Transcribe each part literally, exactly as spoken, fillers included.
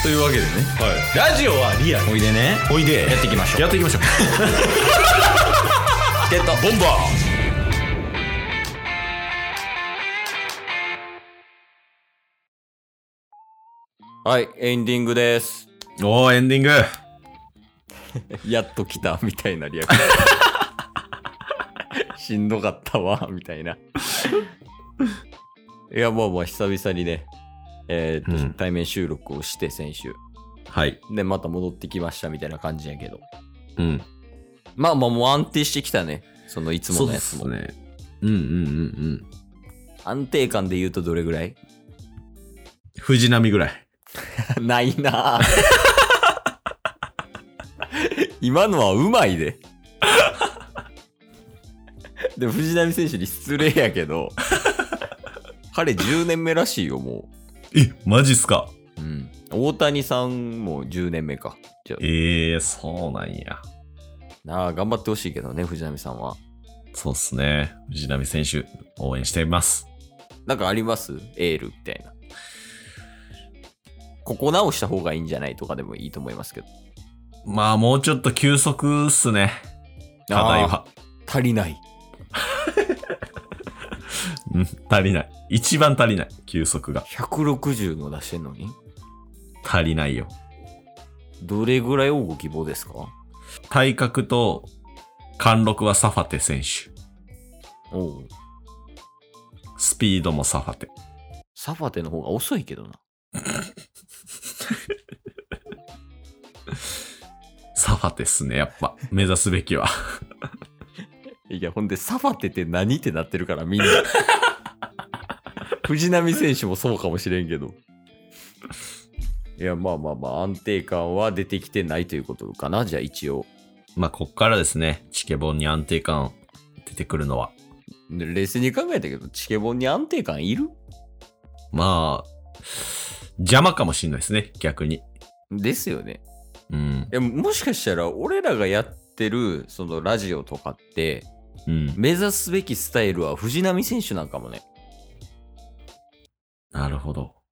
というわけでね、 はい、ラジオはリアル。 おいでね、 おいでやっていきましょう。 やっていきましょう。 ゲットボンバー。はい、エンディングです。 ー。おー、エンディング。 やっと来たみたいなリアクション。しんどかったわみたいな。いや、もうもう久々にね、えーっと、うん、対面収録をして先週。 はい。 で、また戻ってきましたみたいな感じやけど。 うん。 まあまあもう安定してきたね。そのいつものやつも。 そうですね。うんうんうんうん。 安定感で言うとどれぐらい？ 藤波ぐらい。 ないなぁ。今のはうまいで。で、藤波選手に失礼やけど、彼じゅうねんめらしいよ、もう。え、マジっすか？ うん。大谷さんもじゅうねんめか。じゃええー、そうなんや。 なあ、頑張ってほしいけどね、藤波さんは。 そうっすね。藤波選手、応援しています。 なんかあります？エールみたいな。ここ直した方がいいんじゃないとかでもいいと思いますけど。 まあ、もうちょっと球速っすね。課題は。 足りない。 うん、足りない。一番足りない。球速が。 ひゃくろくじゅうの出してんのに？ 足りないよ。 どれぐらいをご希望ですか？ 体格と貫禄はサファテ選手。 おう。 スピードもサファテ。 サファテの方が遅いけどな。 サファテっすね、やっぱ。目指すべきは。 いや、ほんで、サファテって何ってなってるから、みんな。藤波選手もそうかもしれんけど。いや、まあまあまあ、安定感は出てきてないということかな、じゃあ一応。 まあ、こっからですね、チケボンに安定感出てくるのは。 で冷静に考えたけど、チケボンに安定感いる？ まあ、邪魔かもしんないですね、逆に。 ですよね。 うん。 いや、もしかしたら、俺らがやってる、そのラジオとかって、 うん、 目指すべきスタイルは藤波選手なんかもね。 なるほど。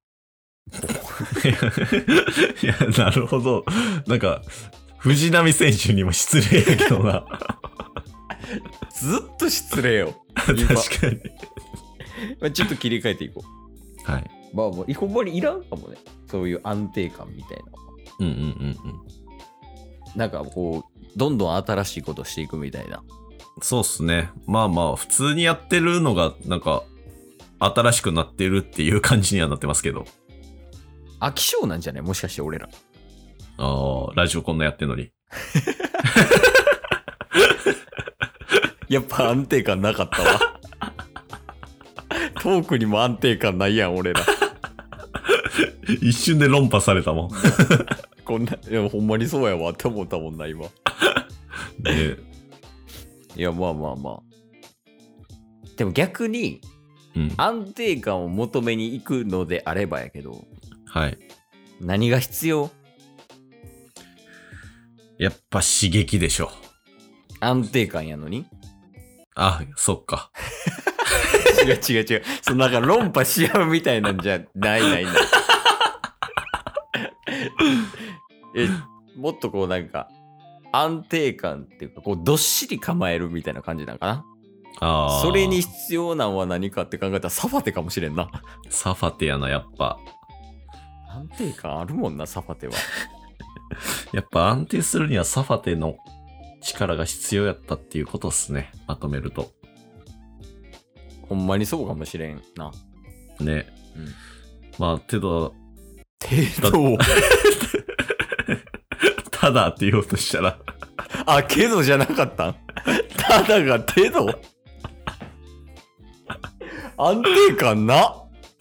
いや、なるほど。なんか、藤波選手にも失礼やけどな。 ずっと失礼よ。 確かに。 まあちょっと切り替えていこう。はい。 まあもう、ほんまにいらんかもね。そういう安定感みたいな。 うんうんうんうん。 なんかこう、どんどん新しいことしていくみたいな。 そうっすね。まあまあ、普通にやってるのが、なんか、新しくなってるっていう感じにはなってますけど。 飽き性なんじゃない？もしかして俺ら。 ああ、ラジオこんなやってんのに。 やっぱ安定感なかったわ。トークにも安定感ないやん、俺ら。 一瞬で論破されたもん。 こんな、いや、ほんまにそうやわって思ったもんな、今。 ねいや、まあまあまあ。でも逆に、 うん、 安定感を求めに行くのであればやけど、 はい。 何が必要？ やっぱ刺激でしょ。 安定感やのに？ あ、そっか。 違う違う違う。そのなんか論破し合うみたいなんじゃないないない。え、もっとこうなんか安定感っていうかこうどっしり構えるみたいな感じなんかな。 ああ。 それに必要なのは何かって考えたらサファテかもしれんな。 サファテやな、やっぱ。 安定感あるもんな、サファテは。 やっぱ安定するにはサファテの力が必要やったっていうことっすね。まとめると。 ほんまにそうかもしれんな。 ね。 うん、 まあ、けど、 程度ただって言おうとしたら。 あ、けどじゃなかったん？ただが程度安定感な。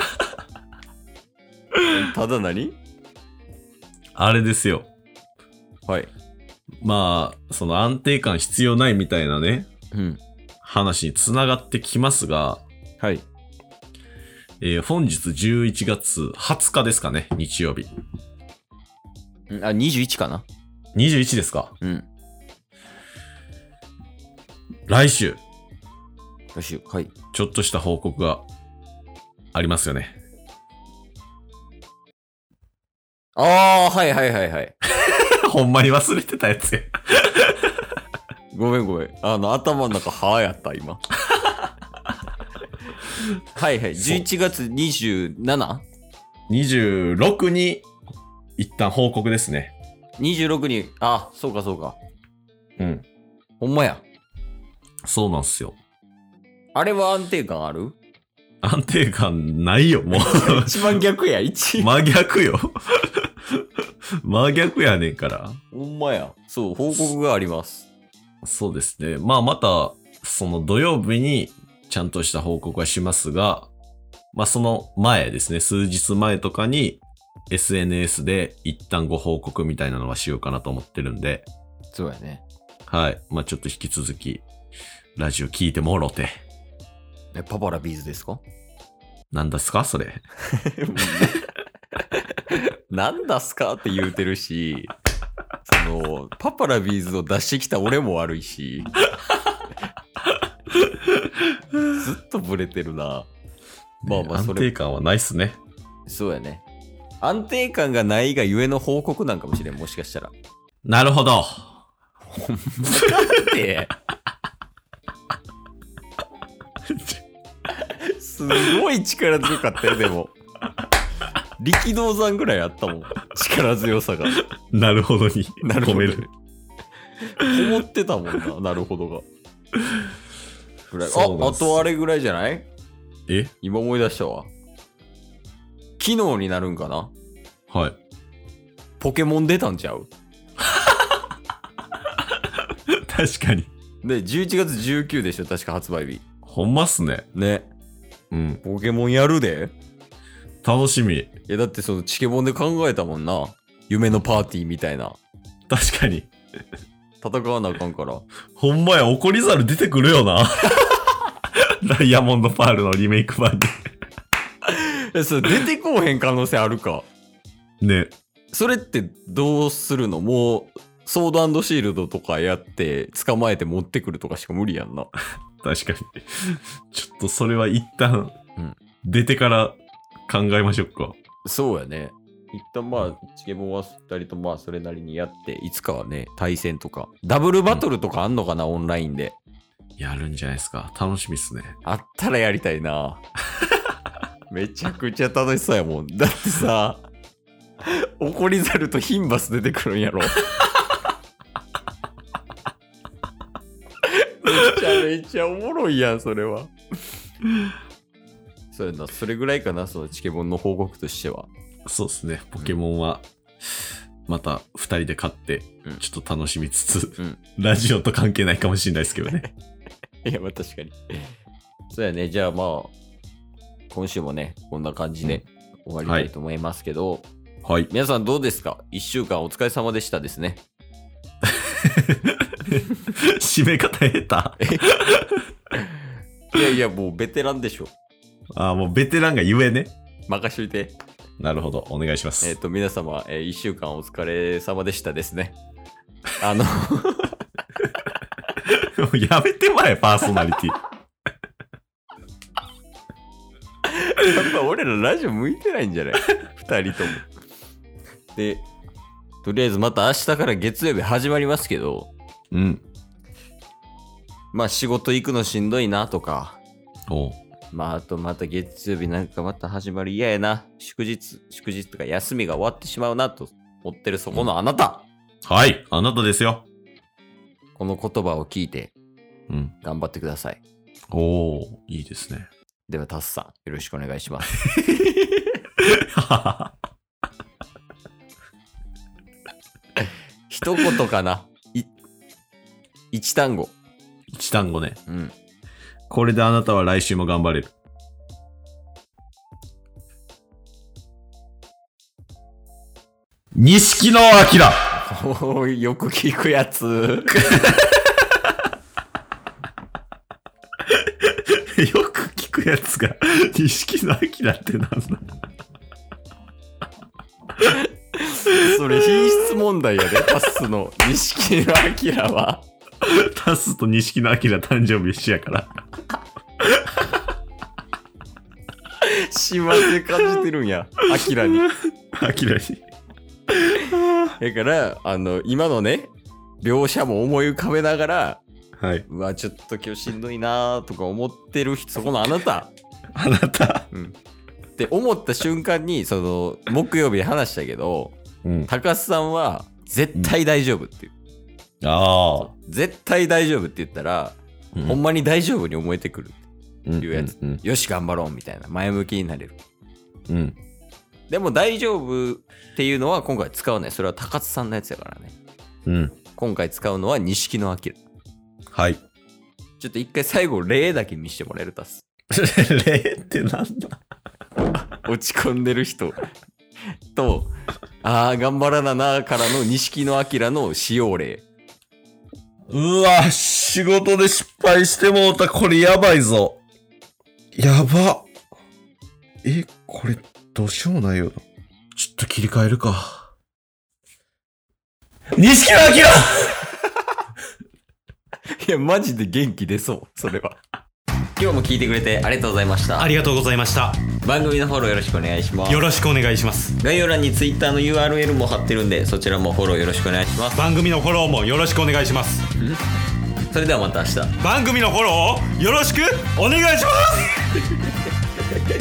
ただ何？ あれですよ。 はい。 まあ、その安定感必要ないみたいなね、 うん、 話につながってきますが、 はい。 えー、本日じゅういちがつはつかですかね、日曜日。 あ、にじゅういちかな？ にじゅういち ですか？ うん。 来週。 来週、はい。 ちょっとした報告がありますよね。 ああ、はいはいはいはい。 ほんまに忘れてたやつや。 ごめんごめん。あの、頭の中、はーやった、今。はいはい。じゅういちがつにじゅうなな? にじゅうろくに一旦報告ですね。 にじゅうろくに、あ、そうかそうか。 うん。 ほんまや。 そうなんすよ。 あれは安定感ある？ 安定感ないよ、もう。 一番逆や、一番。 真逆よ。真逆やねんから。 ほんまや。そう、報告があります。 そうですね。まあまた、その土曜日にちゃんとした報告はしますが、まあその前ですね、数日前とかに エスエヌエス で一旦ご報告みたいなのはしようかなと思ってるんで。 そうやね。 はい。まあちょっと引き続き、ラジオ聞いてもろて。 え、パパラビーズですか？ なんですかそれ。 なんだすかって言うてるし、その、パパラビーズを出してきた俺も悪いし、ずっとブレてるな。まあまあ、それ。 安定感はないっすね。 そうやね。安定感がないがゆえの報告なんかもしれん、もしかしたら。 なるほど。 ほんまかって。すごい力強かったよ、でも。力道山ぐらいあったもん。力強さが。 なるほどに。 なるほど。 込める。 こもってたもんな、なるほどが。ぐらい。あ、あとあれぐらいじゃない？ え？ 今思い出したわ。機能になるんかな？ はい。 ポケモン出たんちゃう？ 確かに。 で、じゅういちがつじゅうくにちでしょ、確か発売日。 ほんまっすね。 ね。 うん。 ポケモンやるで。 楽しみ。 いや、だってそのチケボンで考えたもんな。夢のパーティーみたいな。 確かに。 戦わなあかんから。 ほんまや、怒り猿出てくるよな。ダイヤモンドパールのリメイク版で。 え、それ出てこうへん可能性あるか。 ね。 それってどうするの？もう、ソード&シールドとかやって捕まえて持ってくるとかしか無理やんな。 確かに。ちょっとそれは一旦、 うん、 出てから考えましょうか。 そうやね。一旦まあ、チケボンはふたりとまあそれなりにやって、いつかはね、対戦とか。ダブルバトルとかあんのかな、うん、オンラインで。 やるんじゃないですか。楽しみっすね。 あったらやりたいな。めちゃくちゃ楽しそうやもん。だってさ、怒り猿とヒンバス出てくるんやろ。めちゃめちゃおもろいやん、それは。そうやな、それぐらいかな、そのチケボンの報告としては。 そうですね。ポケモンは、またふたりで勝って、ちょっと楽しみつつ、うん、ラジオと関係ないかもしれないですけどね。 いや、まあ確かに。そうやね、じゃあまあ、今週もね、こんな感じで終わりたいと思いますけど、 はい。 皆さんどうですか？いっしゅうかんお疲れ様でしたですね。 締め方下手いやいや、もうベテランでしょ。 ああ、もうベテランがゆえね。 任しといて。 なるほど、お願いします。 えっ、ー、と、皆様、えー、いっしゅうかんお疲れ様でしたですね。あの、 やめてまえ、パーソナリティ。やっぱ俺らラジオ向いてないんじゃない？二人とも。で、とりあえずまた明日から月曜日始まりますけど、 うん。 まあ仕事行くのしんどいなとか、 おう。 まああとまた月曜日なんかまた始まり嫌やな、祝日、祝日とか休みが終わってしまうなと思ってるそこのあなた。 うん、はい、あなたですよ。 この言葉を聞いて、 うん。 頑張ってください。 おー、いいですね。 ではタスさん、よろしくお願いします。一言かな。い、一単語。 一単語ね。 うん。 これであなたは来週も頑張れる。錦野明。 おー、よく聞くやつ。よく聞くやつが錦野明ってなんだ。 それ品質問題やで、タスの錦野明は。 タスと錦野明誕生日一緒やから。 幸せ感じてるんや、明に。 明に。 だからあの今のね描写も思い浮かべながら、 はい。 うわちょっと今日しんどいなーとか思ってる人、そこのあなた、 あなた。 うん、って思った瞬間にその木曜日で話したけど、 うん。 高須さんは絶対大丈夫っていう、 ああ。 絶対大丈夫って言ったら、 うんほんまに大丈夫に思えてくるっていうやつ、 うん。 よし頑張ろうみたいな前向きになれる。 うん。うん。 でも大丈夫っていうのは今回使わない。それは高津さんのやつやからね。 うん。 今回使うのは錦野明。 はい。 ちょっと一回最後例だけ見してもらえるたす。 例ってなんだ。 落ち込んでる人と、あー頑張らななからの錦野明の使用例。 うわ、仕事で失敗してもうた。これやばいぞ。やば。え、これどうしようもないよな。ちょっと切り替えるか。錦野明いやマジで元気出そうそれは。今日も聞いてくれてありがとうございました。 ありがとうございました。 番組のフォローよろしくお願いします。 よろしくお願いします。 概要欄に Twitter の ユーアールエル も貼ってるんで、そちらもフォローよろしくお願いします。 番組のフォローもよろしくお願いします。 それではまた明日。 番組のフォローをよろしくお願いします